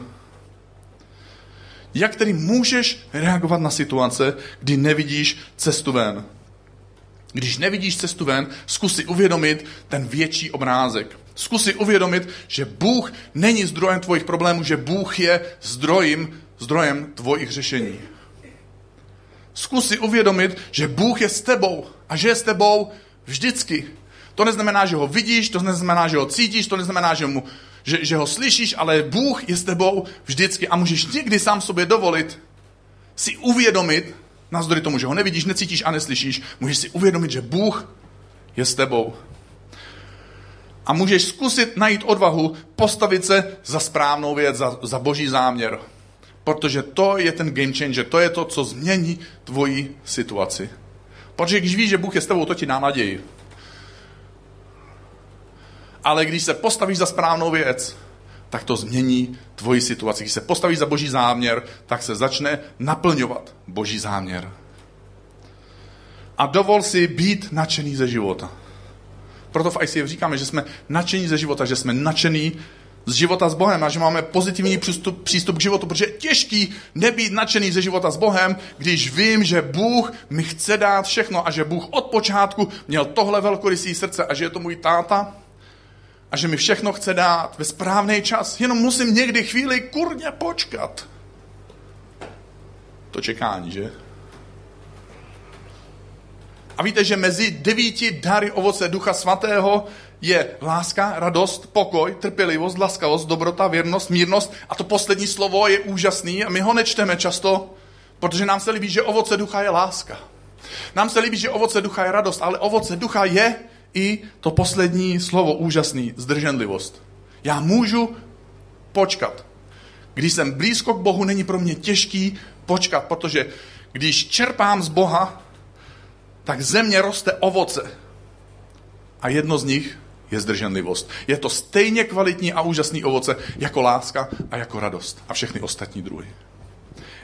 [SPEAKER 1] Jak tedy můžeš reagovat na situace, kdy nevidíš cestu ven? Když nevidíš cestu ven, zkus si uvědomit ten větší obrázek. Zkus si uvědomit, že Bůh není zdrojem tvojich problémů, že Bůh je zdrojem, zdrojem tvojich řešení. Zkus si uvědomit, že Bůh je s tebou a že je s tebou vždycky. To neznamená, že ho vidíš, to neznamená, že ho cítíš, to neznamená, že, mu, že, že ho slyšíš, ale Bůh je s tebou vždycky a můžeš někdy sám sobě dovolit si uvědomit, navzdory tomu, že ho nevidíš, necítíš a neslyšíš, můžeš si uvědomit, že Bůh je s tebou. A můžeš zkusit najít odvahu postavit se za správnou věc, za, za Boží záměr. Protože to je ten game changer, to je to, co změní tvoji situaci. Protože když víš, že Bůh je s tebou, to ti dá naději. Ale když se postavíš za správnou věc, tak to změní tvoji situaci. Když se postavíš za Boží záměr, tak se začne naplňovat Boží záměr. A dovol si být nadšený ze života. Proto v I C F říkáme, že jsme nadšení ze života, že jsme nadšení z života s Bohem a že máme pozitivní přístup, přístup k životu, protože je těžký nebýt nadšený ze života s Bohem, když vím, že Bůh mi chce dát všechno a že Bůh od počátku měl tohle velkorysý srdce a že je to můj táta a že mi všechno chce dát ve správný čas. Jenom musím někdy chvíli kurně počkat. To čekání, že? A víte, že mezi devíti dary ovoce Ducha Svatého je láska, radost, pokoj, trpělivost, laskavost, dobrota, věrnost, mírnost. A to poslední slovo je úžasný a my ho nečteme často, protože nám se líbí, že ovoce ducha je láska. Nám se líbí, že ovoce ducha je radost, ale ovoce ducha je i to poslední slovo úžasný, zdrženlivost. Já můžu počkat. Když jsem blízko k Bohu, není pro mě těžký počkat, protože když čerpám z Boha, tak ze mě roste ovoce. A jedno z nich je zdrženlivost. Je to stejně kvalitní a úžasný ovoce jako láska a jako radost a všechny ostatní druhy.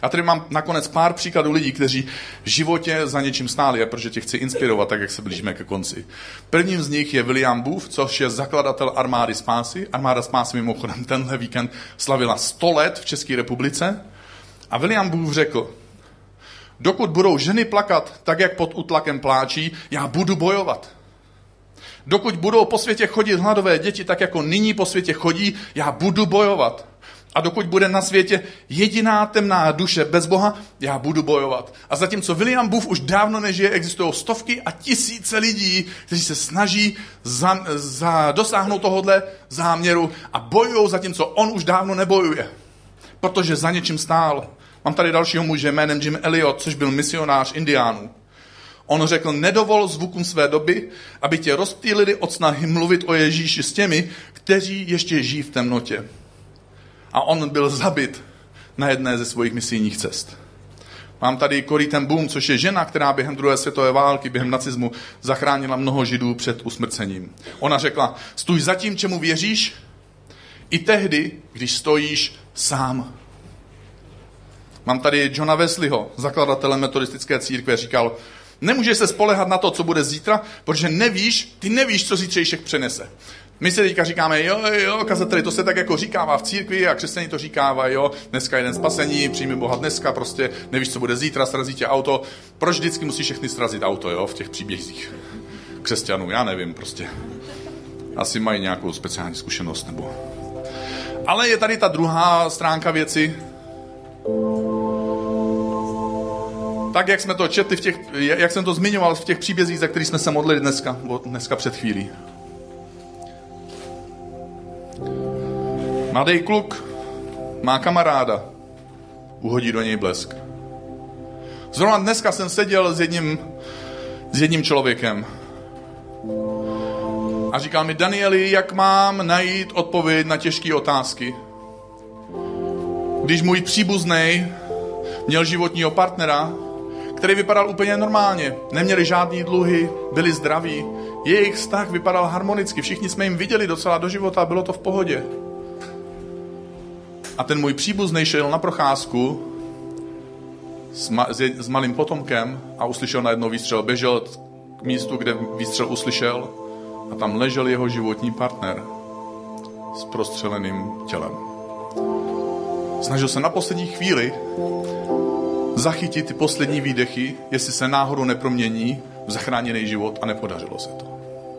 [SPEAKER 1] Já tady mám nakonec pár příkladů lidí, kteří v životě za něčím stáli, a protože tě chci inspirovat, tak jak se blížíme ke konci. Prvním z nich je William Booth, což je zakladatel Armády spásy. Armáda spásy mimochodem tenhle víkend slavila sto let v České republice. A William Booth řekl, dokud budou ženy plakat tak, jak pod útlakem pláčí, já budu bojovat. Dokud budou po světě chodit hladové děti tak, jako nyní po světě chodí, já budu bojovat. A dokud bude na světě jediná temná duše bez Boha, já budu bojovat. A zatímco William Booth už dávno nežije, existují stovky a tisíce lidí, kteří se snaží za, za dosáhnout tohohle záměru a bojují, zatímco on už dávno nebojuje. Protože za něčím stál. Mám tady dalšího muže jménem Jim Elliot, což byl misionář Indiánů. On řekl, nedovol zvukům své doby, aby tě rozptýlili od snahy mluvit o Ježíši s těmi, kteří ještě žijí v temnotě. A on byl zabit na jedné ze svých misijních cest. Mám tady Corrie ten Boom, což je žena, která během druhé světové války, během nacismu zachránila mnoho Židů před usmrcením. Ona řekla, stůj za tím, čemu věříš, i tehdy, když stojíš sám. Mám tady Johna Wesleyho, zakladatele metodistické církve, říkal, nemůžeš se spoléhat na to, co bude zítra, protože nevíš, ty nevíš, co zítřejšek přenese. My si teďka říkáme, jo, jo, kazateli, to se tak jako říkává v církvi a křesťané to říkávají, jo, dneska je den spasení, přijmi Boha dneska, prostě nevíš, co bude zítra, srazí tě auto. Proč vždycky musí všechny srazit auto, jo, v těch příbězích křesťanů, já nevím, prostě. Asi mají nějakou speciální zkušenost, nebo... Ale je tady ta druhá stránka věci. Tak, jak jsme to četli v těch, jak jsem to zmiňoval v těch příbězích, za kterých jsme se modlili dneska, dneska před chvílí. Mladý kluk má kamaráda, uhodí do něj blesk. Zrovna dneska jsem seděl s jedním, s jedním člověkem a říkal mi, Danieli, jak mám najít odpověď na těžké otázky? Když můj příbuznej měl životního partnera, který vypadal úplně normálně, neměli žádný dluhy, byli zdraví, jejich vztah vypadal harmonicky, všichni jsme jim viděli docela do života, bylo to v pohodě. A ten můj příbuznej šel na procházku s, ma- s malým potomkem a uslyšel najednou výstřel. Běžel k místu, kde výstřel uslyšel a tam ležel jeho životní partner s prostřeleným tělem. Snažil se na poslední chvíli zachytit ty poslední výdechy, jestli se náhodou nepromění v zachráněný život a nepodařilo se to.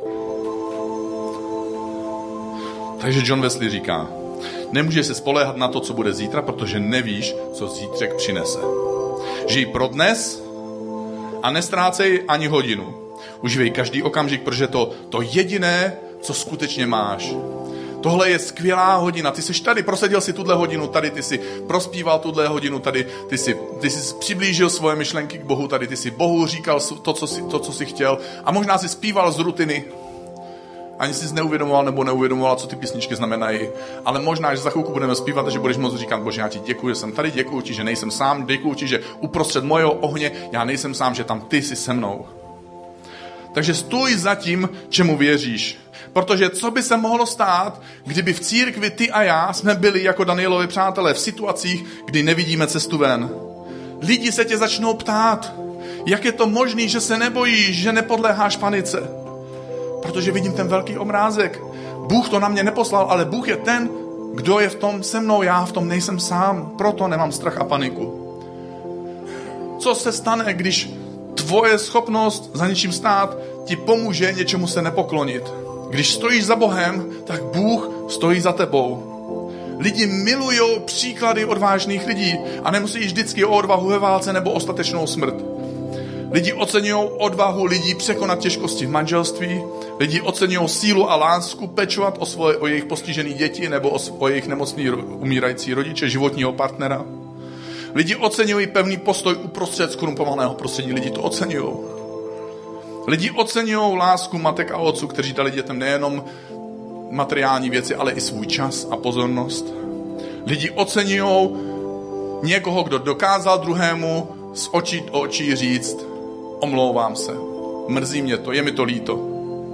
[SPEAKER 1] Takže John Wesley říká, nemůžeš se spoléhat na to, co bude zítra, protože nevíš, co zítřek přinese. Žij pro dnes a nestrácej ani hodinu. Užívej každý okamžik, protože to to jediné, co skutečně máš. Tohle je skvělá hodina. Ty jsi tady, proseděl si tuhle hodinu tady, ty jsi prospíval tuhle hodinu tady, ty jsi, ty jsi přiblížil svoje myšlenky k Bohu tady, ty jsi Bohu říkal to, co jsi, to, co jsi chtěl a možná jsi zpíval z rutiny. Ani jsi neuvědomoval nebo neuvědomoval, co ty písničky znamenají. Ale možná, že za chvilku budeme zpívat a že budeš moct říkat, Bože, já ti děkuji, že jsem tady, děkuji ti, že nejsem sám, děkuji ti, že uprostřed mojeho ohně já nejsem sám, že tam ty jsi se mnou. Takže stůj za tím, čemu věříš. Protože co by se mohlo stát, kdyby v církvi ty a já jsme byli jako Danielovi přátelé v situacích, kdy nevidíme cestu ven. Lidi se tě začnou ptát, jak je to možné, že se nebojíš, že nepodléháš panice. Protože vidím ten velký obrázek. Bůh to na mě neposlal, ale Bůh je ten, kdo je v tom se mnou, já v tom nejsem sám, proto nemám strach a paniku. Co se stane, když tvoje schopnost za něčím stát ti pomůže něčemu se nepoklonit? Když stojíš za Bohem, tak Bůh stojí za tebou. Lidi milujou příklady odvážných lidí a nemusí vždycky o odvahu ve válce nebo o statečnou smrt. Lidi oceňují odvahu lidí překonat těžkosti v manželství. Lidi oceňují sílu a lásku pečovat o, svoje, o jejich postižené děti nebo o, o jejich nemocný umírající rodiče, životního partnera. Lidi oceňují pevný postoj uprostřed skorumpovaného prostředí. Lidi to oceňují. Lidi oceňují lásku matek a otců, kteří dali dětem nejenom materiální věci, ale i svůj čas a pozornost. Lidi oceňují někoho, kdo dokázal druhému z očí do očí říct, omlouvám se, mrzí mě to, je mi to líto.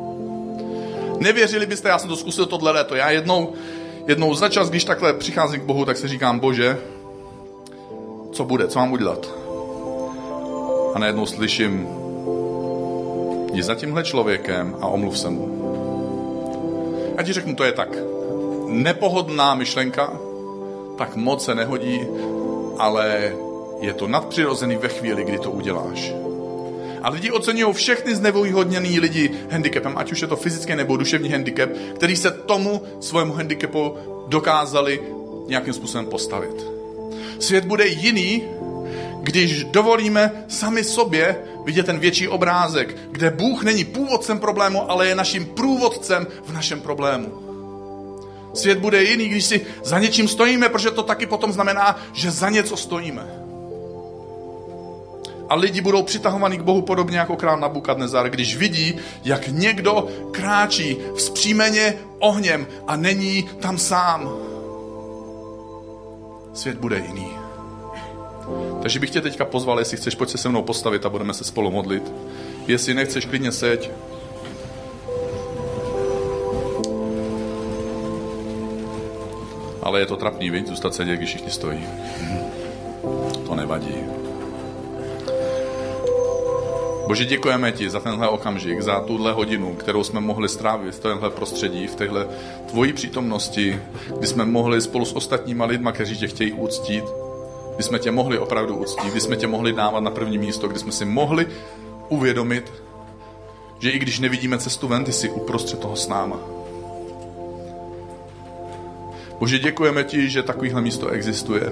[SPEAKER 1] Nevěřili byste, já jsem to zkusil tohle léto. Já jednou, jednou za čas, když takhle přicházím k Bohu, tak si říkám, Bože, co bude, co mám udělat? A najednou slyším, jdi za tímhle člověkem a omluv se mu. Já ti řeknu, to je tak nepohodlná myšlenka, tak moc se nehodí, ale je to nadpřirozený ve chvíli, kdy to uděláš. A lidi oceňují všechny znevýhodněný lidi handicapem, ať už je to fyzický nebo duševní handicap, který se tomu svému handicapu dokázali nějakým způsobem postavit. Svět bude jiný, když dovolíme sami sobě vidět ten větší obrázek, kde Bůh není původcem problému, ale je naším průvodcem v našem problému. Svět bude jiný, když si za něčím stojíme, protože to taky potom znamená, že za něco stojíme. A lidi budou přitahovaní k Bohu podobně jako král Nabukadnezar, když vidí, jak někdo kráčí vzpřímeně ohněm a není tam sám. Svět bude jiný. Takže bych tě teďka pozval, jestli chceš, pojď se se mnou postavit a budeme se spolu modlit. Jestli nechceš, klidně seď. Ale je to trapný, viď? Zůstat sedět, když všichni stojí. To nevadí. Bože, děkujeme ti za tenhle okamžik, za tuhle hodinu, kterou jsme mohli strávit v téhle prostředí, v téhle tvojí přítomnosti, kdy jsme mohli spolu s ostatníma lidma, kteří tě chtějí uctít, kdy jsme tě mohli opravdu uctít, kdy jsme tě mohli dávat na první místo, kdy jsme si mohli uvědomit, že i když nevidíme cestu ven, ty jsi uprostřed toho s náma. Bože, děkujeme ti, že takovýhle místo existuje.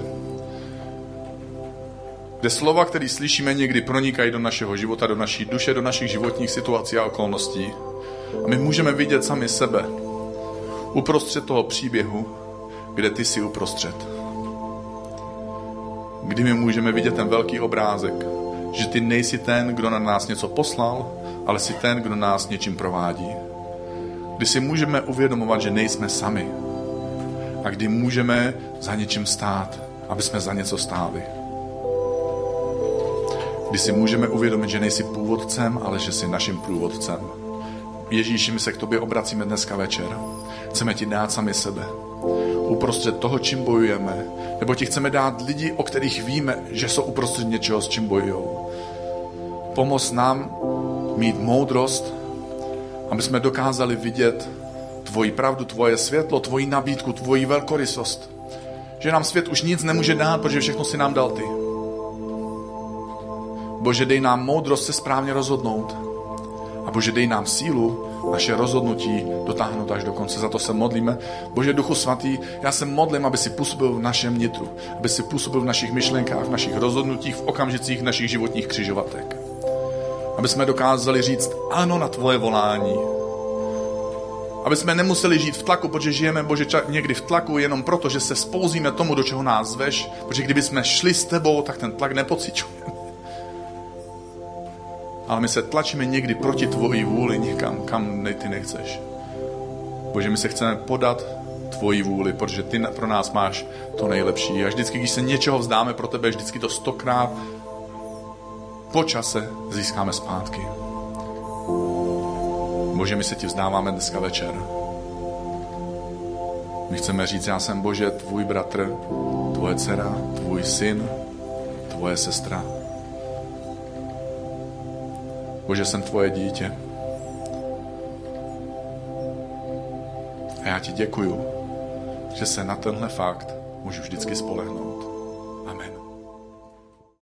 [SPEAKER 1] Kde slova, které slyšíme, někdy pronikají do našeho života, do naší duše, do našich životních situací a okolností. A my můžeme vidět sami sebe uprostřed toho příběhu, kde ty jsi uprostřed. Kdy my můžeme vidět ten velký obrázek, že ty nejsi ten, kdo na nás něco poslal, ale jsi ten, kdo nás něčím provádí. Kdy si můžeme uvědomovat, že nejsme sami. A kdy můžeme za něčím stát, aby jsme za něco stáli. Kdy si můžeme uvědomit, že nejsi původcem, ale že jsi naším průvodcem. Ježíši, my se k tobě obracíme dneska večer. Chceme ti dát sami sebe. Uprostřed toho, čím bojujeme. Nebo ti chceme dát lidi, o kterých víme, že jsou uprostřed něčeho, s čím bojujou. Pomoz nám mít moudrost, aby jsme dokázali vidět tvoji pravdu, tvoje světlo, tvoji nabídku, tvoji velkorysost. Že nám svět už nic nemůže dát, protože všechno si nám dal ty. Bože, dej nám moudrost se správně rozhodnout. A Bože, dej nám sílu naše rozhodnutí dotáhnout až do konce. Za to se modlíme. Bože, Duchu Svatý, já se modlím, aby si působil v našem nitru. Aby si působil v našich myšlenkách, v našich rozhodnutích, v okamžicích našich životních křižovatek. Aby jsme dokázali říct ano na tvoje volání. Aby jsme nemuseli žít v tlaku, protože žijeme, Bože, někdy v tlaku jenom proto, že se spouzíme tomu, do čeho nás zveš. Protože kdyby jsme šli s tebou, tak ten tlak nepociťujeme. Ale my se tlačíme někdy proti tvojí vůli někam, kam ty nechceš. Bože, my se chceme podat tvojí vůli, protože ty pro nás máš to nejlepší. A vždycky, když se něčeho vzdáme pro tebe, vždycky to stokrát po čase získáme zpátky. Bože, my se ti vzdáváme dneska večer. My chceme říct, já jsem, Bože, tvůj bratr, tvoje dcera, tvůj syn, tvoje sestra. Bože, jsem tvoje dítě. A já ti děkuju, že se na tenhle fakt můžu vždycky spolehnout.